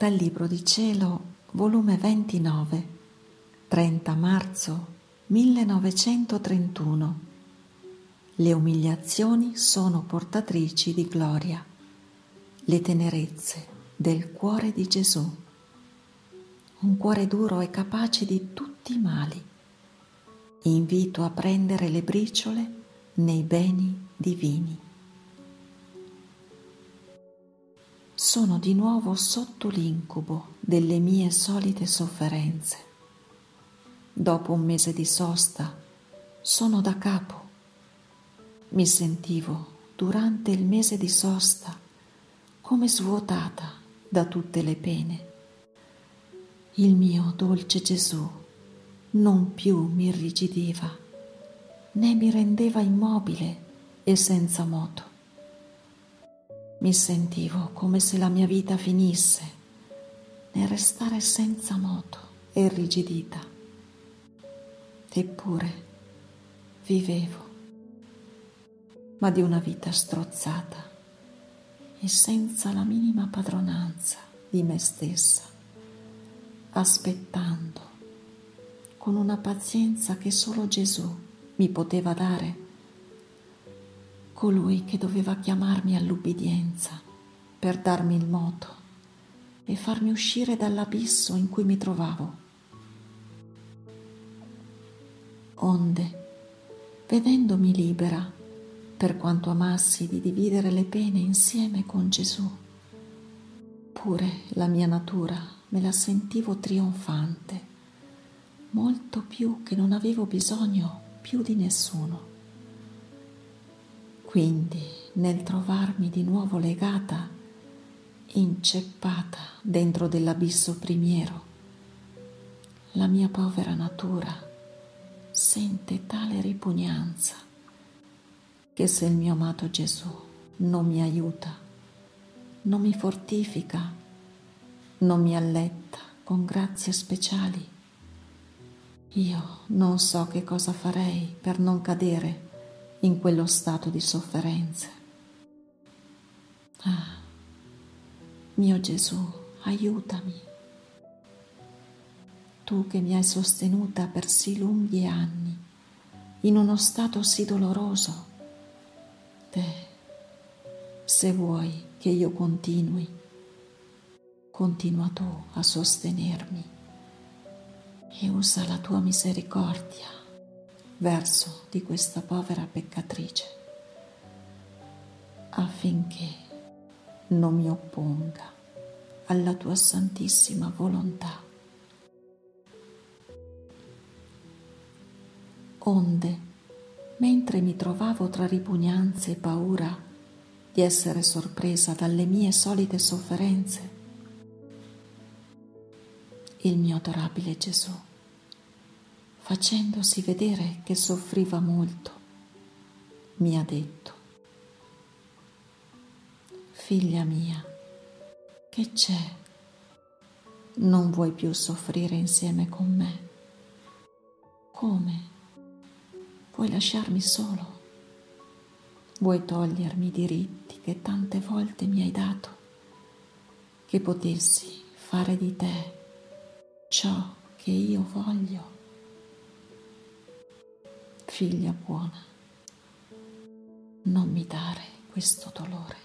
Dal Libro di Cielo, volume 29, 30 marzo 1931. Le umiliazioni sono portatrici di gloria, le tenerezze del cuore di Gesù. Un cuore duro è capace di tutti i mali. Invito a prendere le briciole nei beni divini. Sono di nuovo sotto l'incubo delle mie solite sofferenze. Dopo un mese di sosta sono da capo. Mi sentivo durante il mese di sosta come svuotata da tutte le pene. Il mio dolce Gesù non più mi irrigidiva, né mi rendeva immobile e senza moto. Mi sentivo come se la mia vita finisse nel restare senza moto e irrigidita. Eppure vivevo, ma di una vita strozzata e senza la minima padronanza di me stessa, aspettando con una pazienza che solo Gesù mi poteva dare, colui che doveva chiamarmi all'ubbidienza per darmi il moto e farmi uscire dall'abisso in cui mi trovavo. Onde, vedendomi libera, per quanto amassi di dividere le pene insieme con Gesù, pure la mia natura me la sentivo trionfante, molto più che non avevo bisogno più di nessuno. Quindi, nel trovarmi di nuovo legata, inceppata dentro dell'abisso primiero, la mia povera natura sente tale ripugnanza che se il mio amato Gesù non mi aiuta, non mi fortifica, non mi alletta con grazie speciali, io non so che cosa farei per non cadere in quello stato di sofferenze. Ah, mio Gesù, aiutami. Tu che mi hai sostenuta per sì lunghi anni, in uno stato sì doloroso, se vuoi che io continui, continua tu a sostenermi e usa la tua misericordia verso di questa povera peccatrice, affinché non mi opponga alla tua santissima volontà. Onde, mentre mi trovavo tra ripugnanze e paura di essere sorpresa dalle mie solite sofferenze, il mio adorabile Gesù, facendosi vedere che soffriva molto, mi ha detto: figlia mia, che c'è? Non vuoi più soffrire insieme con me? Come? Vuoi lasciarmi solo? Vuoi togliermi i diritti che tante volte mi hai dato, che potessi fare di te ciò che io voglio? Figlia buona, non mi dare questo dolore.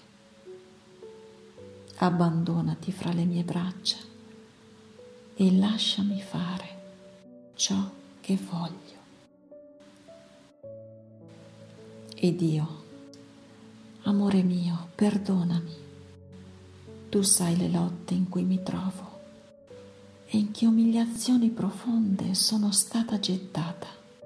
Abbandonati fra le mie braccia e lasciami fare ciò che voglio. Ed io, amore mio, perdonami. Tu sai le lotte in cui mi trovo e in che umiliazioni profonde sono stata gettata.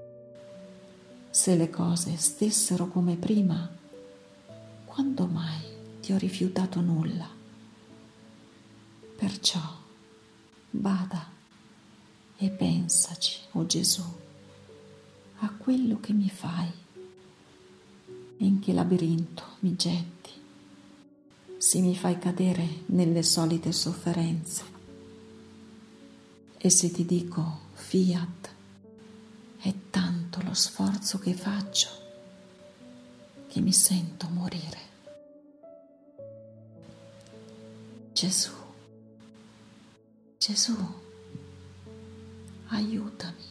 Se le cose stessero come prima, quando mai ti ho rifiutato nulla? Perciò bada e pensaci, o Gesù, a quello che mi fai, in che labirinto mi getti, se mi fai cadere nelle solite sofferenze. E se ti dico fiat, è tanto lo sforzo che faccio che mi sento morire. Gesù, Gesù, aiutami.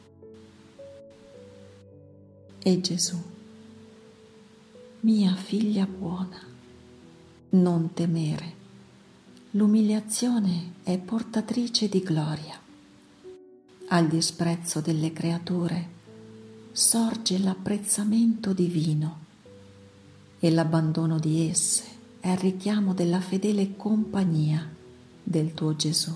E Gesù, mia figlia buona, non temere, l'umiliazione è portatrice di gloria. Al disprezzo delle creature sorge l'apprezzamento divino e l'abbandono di esse è il richiamo della fedele compagnia del tuo Gesù.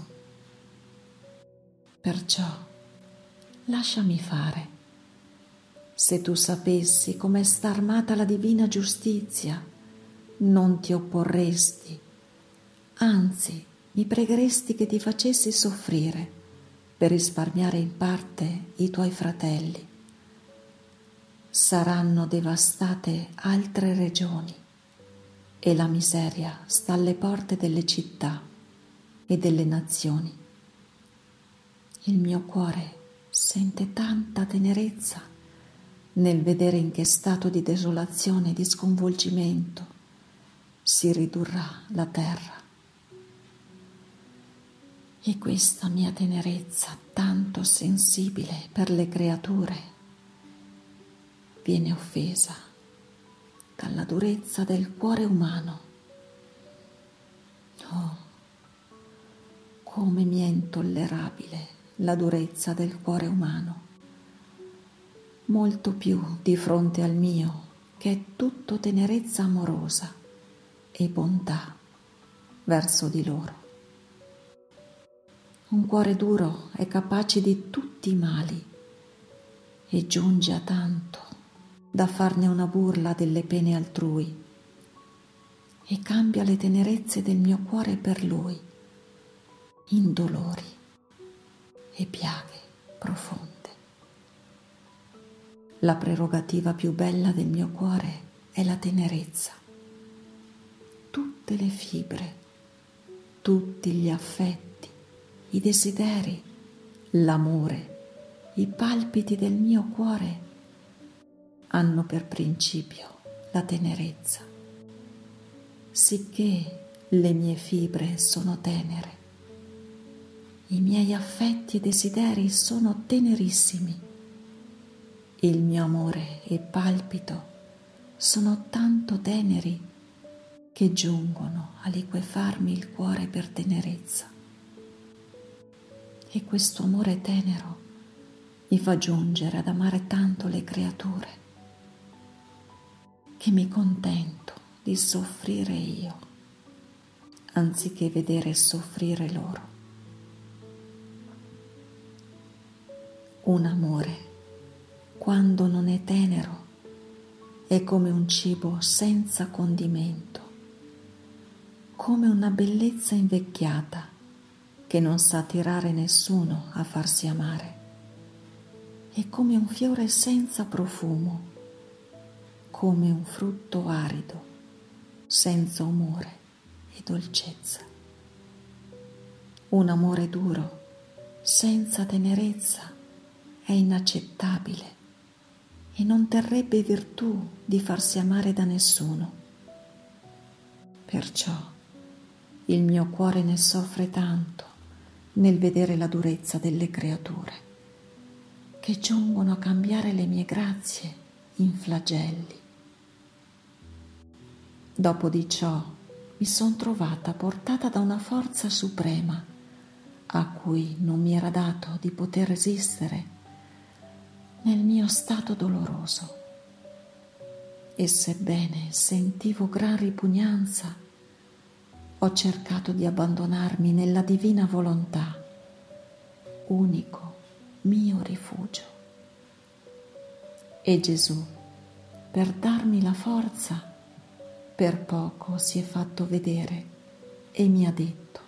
Perciò lasciami fare. Se tu sapessi come sta armata la divina giustizia, non ti opporresti, anzi mi pregheresti che ti facessi soffrire per risparmiare in parte i tuoi fratelli. Saranno devastate altre regioni e la miseria sta alle porte delle città e delle nazioni. Il mio cuore sente tanta tenerezza nel vedere in che stato di desolazione e di sconvolgimento si ridurrà la terra. E questa mia tenerezza tanto sensibile per le creature viene offesa dalla durezza del cuore umano. Oh, come mi è intollerabile la durezza del cuore umano, molto più di fronte al mio, che è tutto tenerezza amorosa e bontà verso di loro. Un cuore duro è capace di tutti i mali e giunge a tanto da farne una burla delle pene altrui e cambia le tenerezze del mio cuore per lui in dolori e piaghe profonde. La prerogativa più bella del mio cuore è la tenerezza. Tutte le fibre, tutti gli affetti, i desideri, l'amore, i palpiti del mio cuore hanno per principio la tenerezza, sicché le mie fibre sono tenere, i miei affetti e desideri sono tenerissimi, il mio amore e palpito sono tanto teneri che giungono a liquefarmi il cuore per tenerezza. E questo amore tenero mi fa giungere ad amare tanto le creature che mi contento di soffrire io, anziché vedere soffrire loro. Un amore, quando non è tenero, è come un cibo senza condimento, come una bellezza invecchiata che non sa tirare nessuno a farsi amare, è come un fiore senza profumo, come un frutto arido, senza umore e dolcezza. Un amore duro, senza tenerezza, è inaccettabile e non terrebbe virtù di farsi amare da nessuno. Perciò il mio cuore ne soffre tanto nel vedere la durezza delle creature, che giungono a cambiare le mie grazie in flagelli. Dopo di ciò mi son trovata portata da una forza suprema a cui non mi era dato di poter resistere nel mio stato doloroso. E sebbene sentivo gran ripugnanza, ho cercato di abbandonarmi nella divina volontà, unico mio rifugio. E Gesù, per darmi la forza, per poco si è fatto vedere e mi ha detto: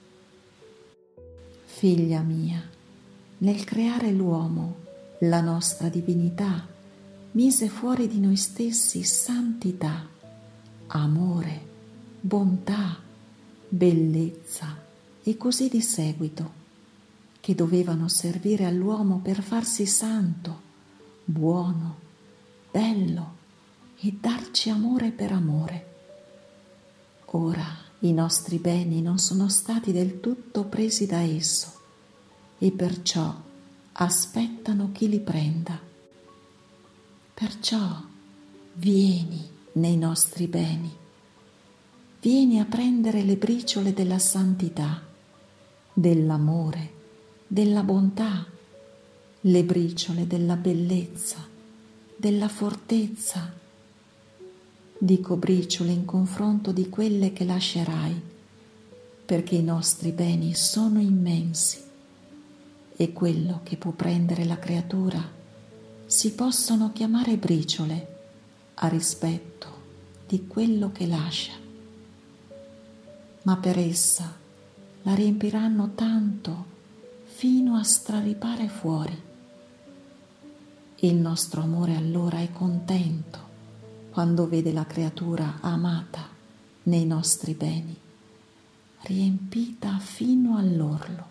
figlia mia, nel creare l'uomo, la nostra divinità mise fuori di noi stessi santità, amore, bontà, bellezza e così di seguito, che dovevano servire all'uomo per farsi santo, buono, bello e darci amore per amore. Ora I nostri beni non sono stati del tutto presi da esso e perciò aspettano chi li prenda. Perciò vieni nei nostri beni, vieni a prendere le briciole della santità, dell'amore, della bontà, le briciole della bellezza, della fortezza. Dico briciole in confronto di quelle che lascerai, perché i nostri beni sono immensi e quello che può prendere la creatura si possono chiamare briciole a rispetto di quello che lascia. Ma per essa la riempiranno tanto fino a straripare fuori. Il nostro amore allora è contento quando vede la creatura amata nei nostri beni, riempita fino all'orlo.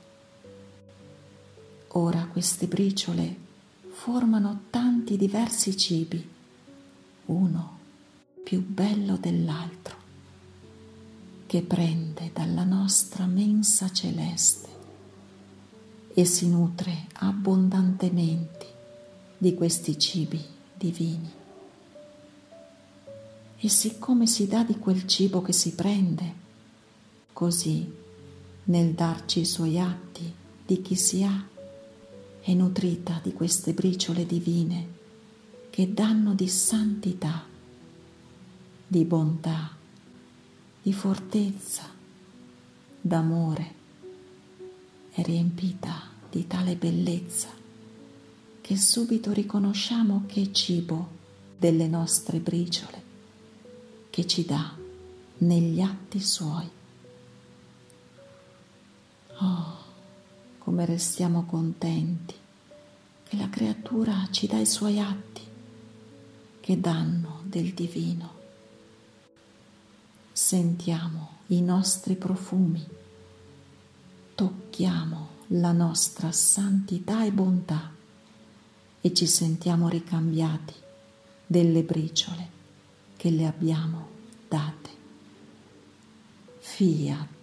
Ora queste briciole formano tanti diversi cibi, uno più bello dell'altro, che prende dalla nostra mensa celeste e si nutre abbondantemente di questi cibi divini. E siccome si dà di quel cibo che si prende, così nel darci i suoi atti di chi si ha, è nutrita di queste briciole divine che danno di santità, di bontà, di fortezza, d'amore, è riempita di tale bellezza che subito riconosciamo che è cibo delle nostre briciole che ci dà negli atti suoi. Oh, come restiamo contenti che la creatura ci dà i suoi atti che danno del divino. Sentiamo i nostri profumi, tocchiamo la nostra santità e bontà e ci sentiamo ricambiati delle briciole che le abbiamo date. Fiat.